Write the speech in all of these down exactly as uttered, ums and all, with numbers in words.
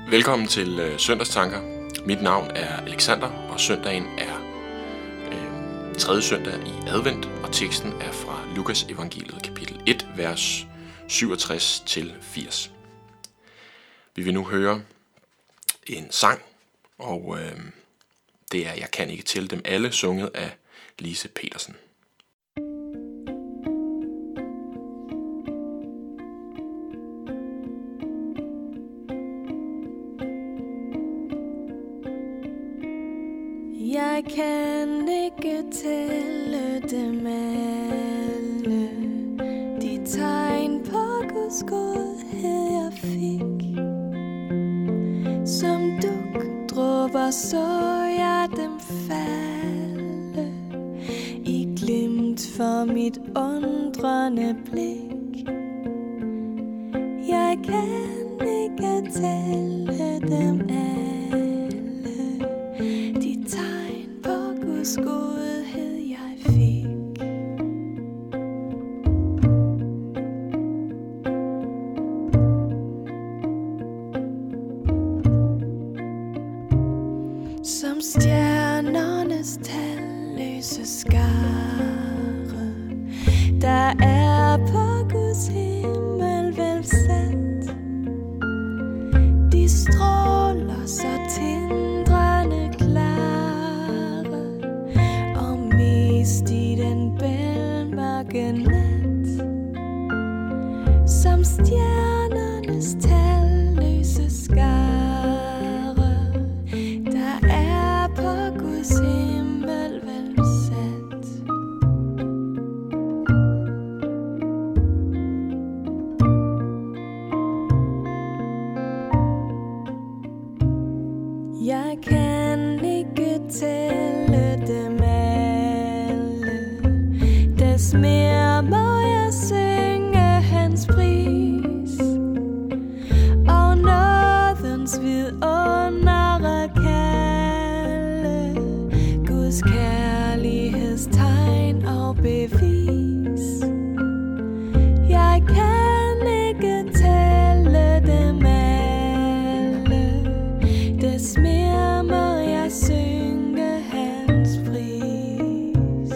Velkommen til øh, Søndagstanker. Mit navn er Alexander, og søndagen er øh, tredje søndag i advent, og teksten er fra Lukas evangeliet kapitel et, vers syvogtres til firs. Vi vil nu høre en sang, og øh, det er Jeg kan ikke tælle dem alle, sunget af Lise Petersen. Jeg kan ikke tælle dem alle, de tegn på Guds godhed jeg fik. Som dugdråber så jeg dem falde, i glimt for mit undrende blik. Jeg kan ikke tælle dem alle, de tegn på Guds godhed jeg fik. Som stjernernes talløse skare, der er på Guds himmel vel sat. De stråler så tindrende klare, og mest i den bælmørke nat. Som stjernernes talløse skare, der er på Guds himmel vel sat. Jeg kan ikke tælle dem alle, des mere må jeg synge hans pris, og nådens vidundere kalde, Guds kærlighedstegn og bevis. Jeg kan ikke tælle dem alle, des mere må jeg synge hans pris.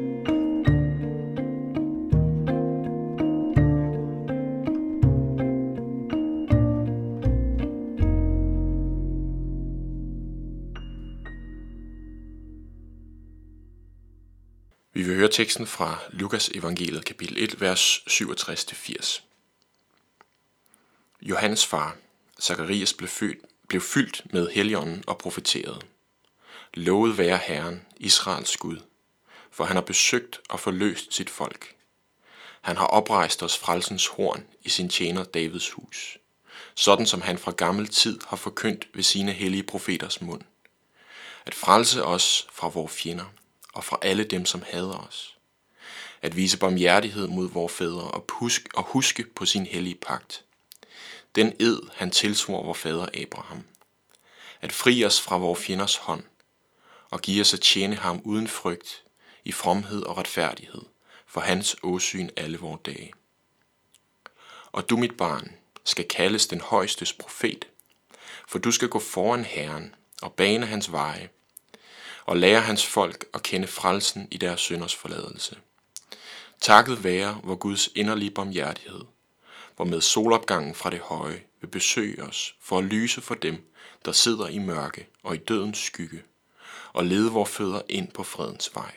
Vi vil høre teksten fra Lukas evangeliet kapitel et, vers syvogtres til firs. Johannes far, Zakarias, blev født, blev fyldt med Helligånden og profeterede. Lovet være Herren, Israels Gud, for han har besøgt og forløst sit folk. Han har oprejst os frelsens horn i sin tjener Davids hus, sådan som han fra gammel tid har forkyndt ved sine hellige profeters mund, at frelse os fra vores fjender og fra alle dem, som hader os, at vise barmhjertighed mod vores fædre og huske, og huske på sin hellige pagt, den ed han tilsvor vor fader Abraham, at fri os fra vores fjenders hånd og give os at tjene ham uden frygt i fromhed og retfærdighed for hans åsyn alle vores dage. Og du, mit barn, skal kaldes den højstes profet, for du skal gå foran Herren og bane hans veje, og lære hans folk at kende frelsen i deres synders forladelse. Takket være vor Guds inderlige barmhjertighed, hvor med solopgangen fra det høje vil besøge os for at lyse for dem, der sidder i mørke og i dødens skygge, og lede vor fødder ind på fredens vej.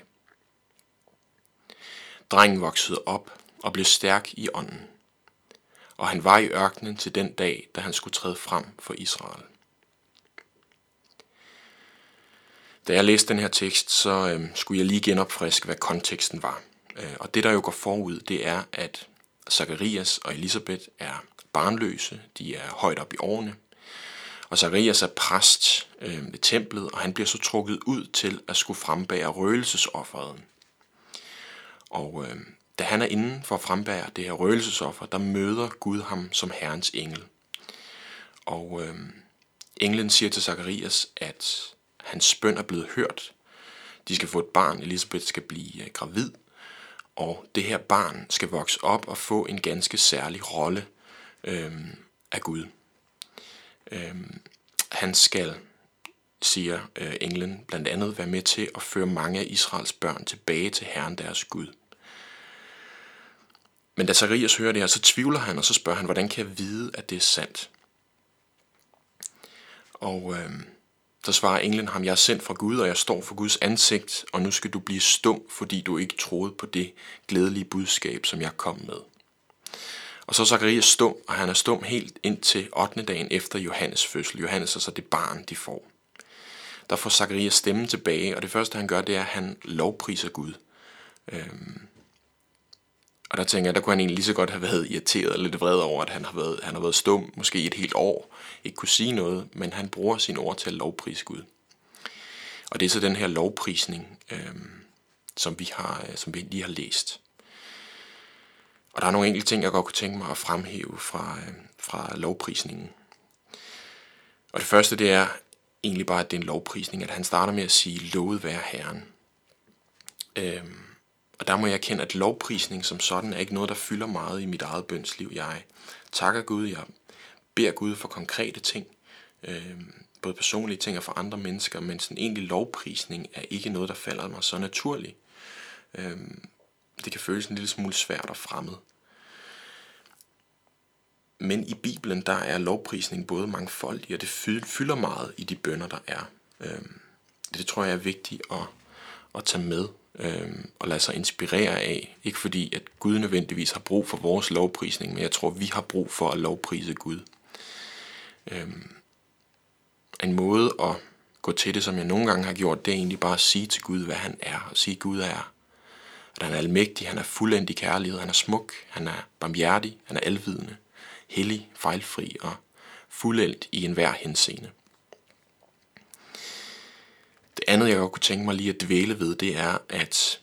Drengen voksede op og blev stærk i ånden, og han var i ørkenen til den dag, da han skulle træde frem for Israel. Da jeg læste den her tekst, så øh, skulle jeg lige genopfriske, hvad konteksten var. Øh, og det, der jo går forud, det er, at Zakarias og Elisabeth er barnløse. De er højt op i årene. Og Zakarias er præst øh, ved templet, og han bliver så trukket ud til at skulle frembære røgelsesofferet. Og øh, da han er inde for at frembære det her røgelsesoffer, der møder Gud ham som Herrens engel. Og øh, englen siger til Zakarias, at hans bøn er blevet hørt. De skal få et barn, Elisabeth skal blive gravid, og det her barn skal vokse op og få en ganske særlig rolle øh, af Gud. Øhm, han skal, siger øh, englen, blandt andet være med til at føre mange af Israels børn tilbage til Herren deres Gud. Men da Zakarias hører det her, så tvivler han, og så spørger han, hvordan kan jeg vide, at det er sandt? Og øh, så svarer englen ham, jeg er sendt fra Gud, og jeg står for Guds ansigt, og nu skal du blive stum, fordi du ikke troede på det glædelige budskab, som jeg kom med. Og så er Zakarias stum, og han er stum helt indtil ottende dagen efter Johannes fødsel. Johannes er så det barn, de får. Der får Zakarias stemmen tilbage, og det første han gør, det er, at han lovpriser Gud. Øhm, og der tænker jeg, der kunne han egentlig lige så godt have været irriteret og lidt vred over, at han har været, han har været stum, måske et helt år, ikke kunne sige noget, men han bruger sine ord til at lovprise Gud. Og det er så den her lovprisning, øhm, som, vi har, som vi lige har læst. Og der er nogle enkelte ting, jeg godt kunne tænke mig at fremhæve fra, øh, fra lovprisningen. Og det første, det er egentlig bare, at det er en lovprisning, at han starter med at sige, lovet være Herren. Øhm, og der må jeg erkende, at lovprisning som sådan er ikke noget, der fylder meget i mit eget bønsliv. Jeg takker Gud, jeg beder Gud for konkrete ting, øhm, både personlige ting og for andre mennesker, men sådan egentlig lovprisning er ikke noget, der falder mig så naturligt. Øhm, Det kan føles en lille smule svært og fremmed. Men i Bibelen, der er lovprisning både mangfoldig, og det fylder meget i de bønner, der er. Det tror jeg er vigtigt at, at tage med og lade sig inspirere af. Ikke fordi, at Gud nødvendigvis har brug for vores lovprisning, men jeg tror, vi har brug for at lovprise Gud. En måde at gå til det, som jeg nogle gange har gjort, det er egentlig bare at sige til Gud, hvad han er, og sige, at Gud er. At han er almægtig, han er fuldendt kærlighed, han er smuk, han er barmhjertig, han er alvidende, hellig, fejlfri og fuldendt i enhver henseende. Det andet, jeg godt kunne tænke mig lige at dvæle ved, det er, at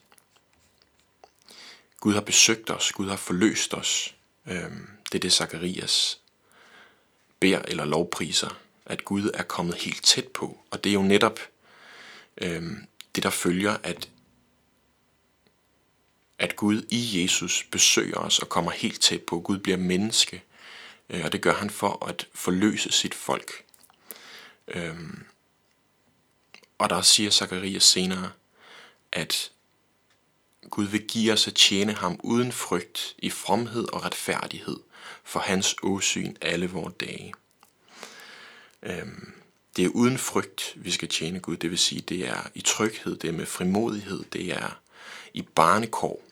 Gud har besøgt os, Gud har forløst os. Det er det, Zakarias beder eller lovpriser, at Gud er kommet helt tæt på. Og det er jo netop det, der følger, at at Gud i Jesus besøger os og kommer helt tæt på. Gud bliver menneske, og det gør han for at forløse sit folk. Og der siger Zakarias senere, at Gud vil give os at tjene ham uden frygt, i fromhed og retfærdighed, for hans åsyn alle vore dage. Det er uden frygt, vi skal tjene Gud, det vil sige, det er i tryghed, det er med frimodighed, det er i barnekår.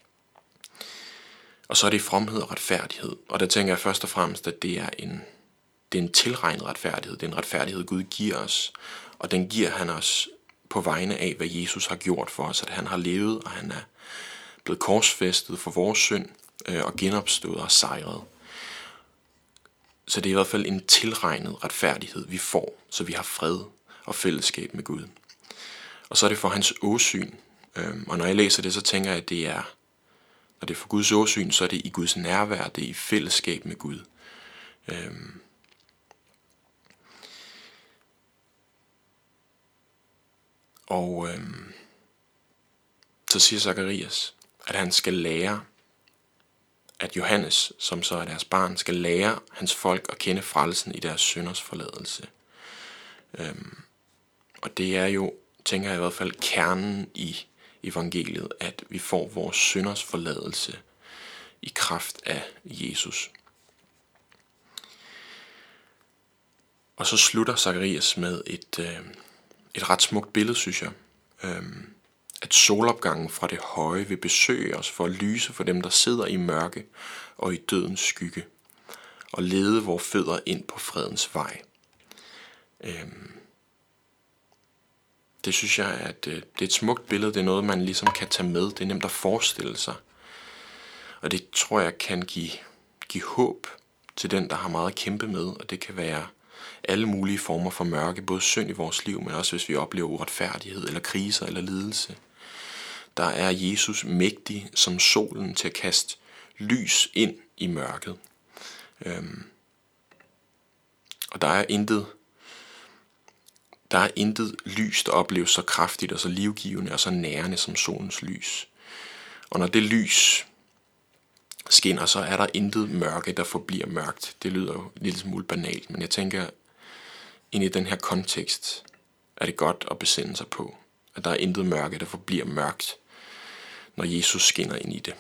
Og så er det i fromhed og retfærdighed. Og der tænker jeg først og fremmest, at det er en, det er en tilregnet retfærdighed. Det er en retfærdighed, Gud giver os. Og den giver han os på vegne af, hvad Jesus har gjort for os. At han har levet, og han er blevet korsfæstet for vores synd, øh, og genopstået og sejret. Så det er i hvert fald en tilregnet retfærdighed, vi får, så vi har fred og fællesskab med Gud. Og så er det for hans åsyn. Øhm, og når jeg læser det, så tænker jeg, at det er, når det er for Guds åsyn, så er det i Guds nærvær, det er i fællesskab med Gud. Øhm. Og øhm, så siger Zakarias, at han skal lære, at Johannes, som så er deres barn, skal lære hans folk at kende frelsen i deres synders forladelse. Øhm. Og det er jo, tænker jeg i hvert fald, kernen i evangeliet, at vi får vores synders forladelse i kraft af Jesus. Og så slutter Zakarias med et, øh, et ret smukt billede, synes jeg. Øhm, at solopgangen fra det høje vil besøge os for at lyse for dem, der sidder i mørke og i dødens skygge, og lede vores fødder ind på fredens vej. Øhm, Det synes jeg, at det er et smukt billede. Det er noget, man ligesom kan tage med. Det er nemt at forestille sig. Og det tror jeg kan give, give håb til den, der har meget at kæmpe med. Og det kan være alle mulige former for mørke, både synd i vores liv, men også hvis vi oplever uretfærdighed, eller kriser, eller lidelse. Der er Jesus mægtig som solen til at kaste lys ind i mørket. Øhm. Og der er intet Der er intet lys, der opleves så kraftigt og så livgivende og så nærende som solens lys. Og når det lys skinner, så er der intet mørke, der forbliver mørkt. Det lyder jo en lille smule banalt, men jeg tænker, ind i den her kontekst er det godt at besinde sig på, at der er intet mørke, der forbliver mørkt, når Jesus skinner ind i det.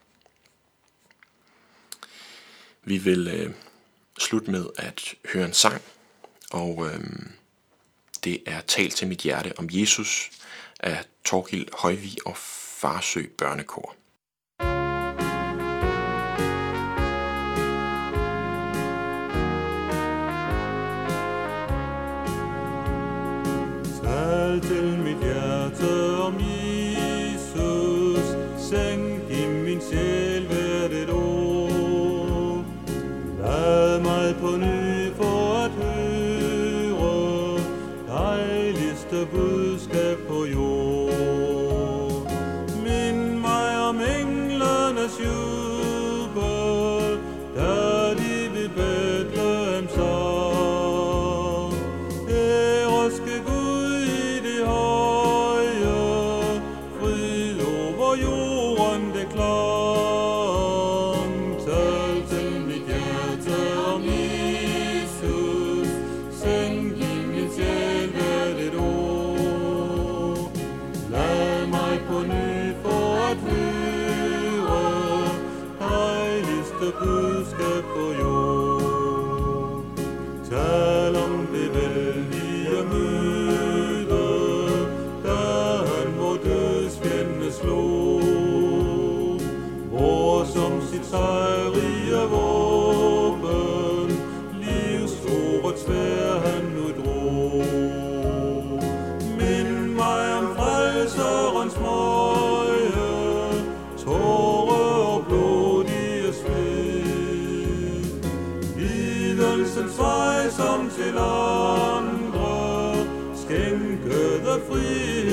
Vi vil øh, slutte med at høre en sang, og øh, det er Tal til mit hjerte om Jesus af Torkild Højvig og Farsø Børnekor. Tal til mit hjerte om Jesus, sænk i min sjæl hvert et ord. Lad mig på ny for at høre dejligste budskab på jord. Mind mig om englenes jubel, da de ved Betlehem sang. Ære ske Gud i det høje, frid over jorden det klang. Tal til mit hjerte om Jesus, sænk i min sjæl hvert et ord. Lad mig på ny for at høre dejligste budskab på jord. Tal om det vældige møde, da han vor dødsfjende slog, hvor som sit sejrige våben livs store sværd han nu drog. Mind mig om frelserens møje, tårer og blodige sved. Lidelsens vej som til andre, skænkede frihed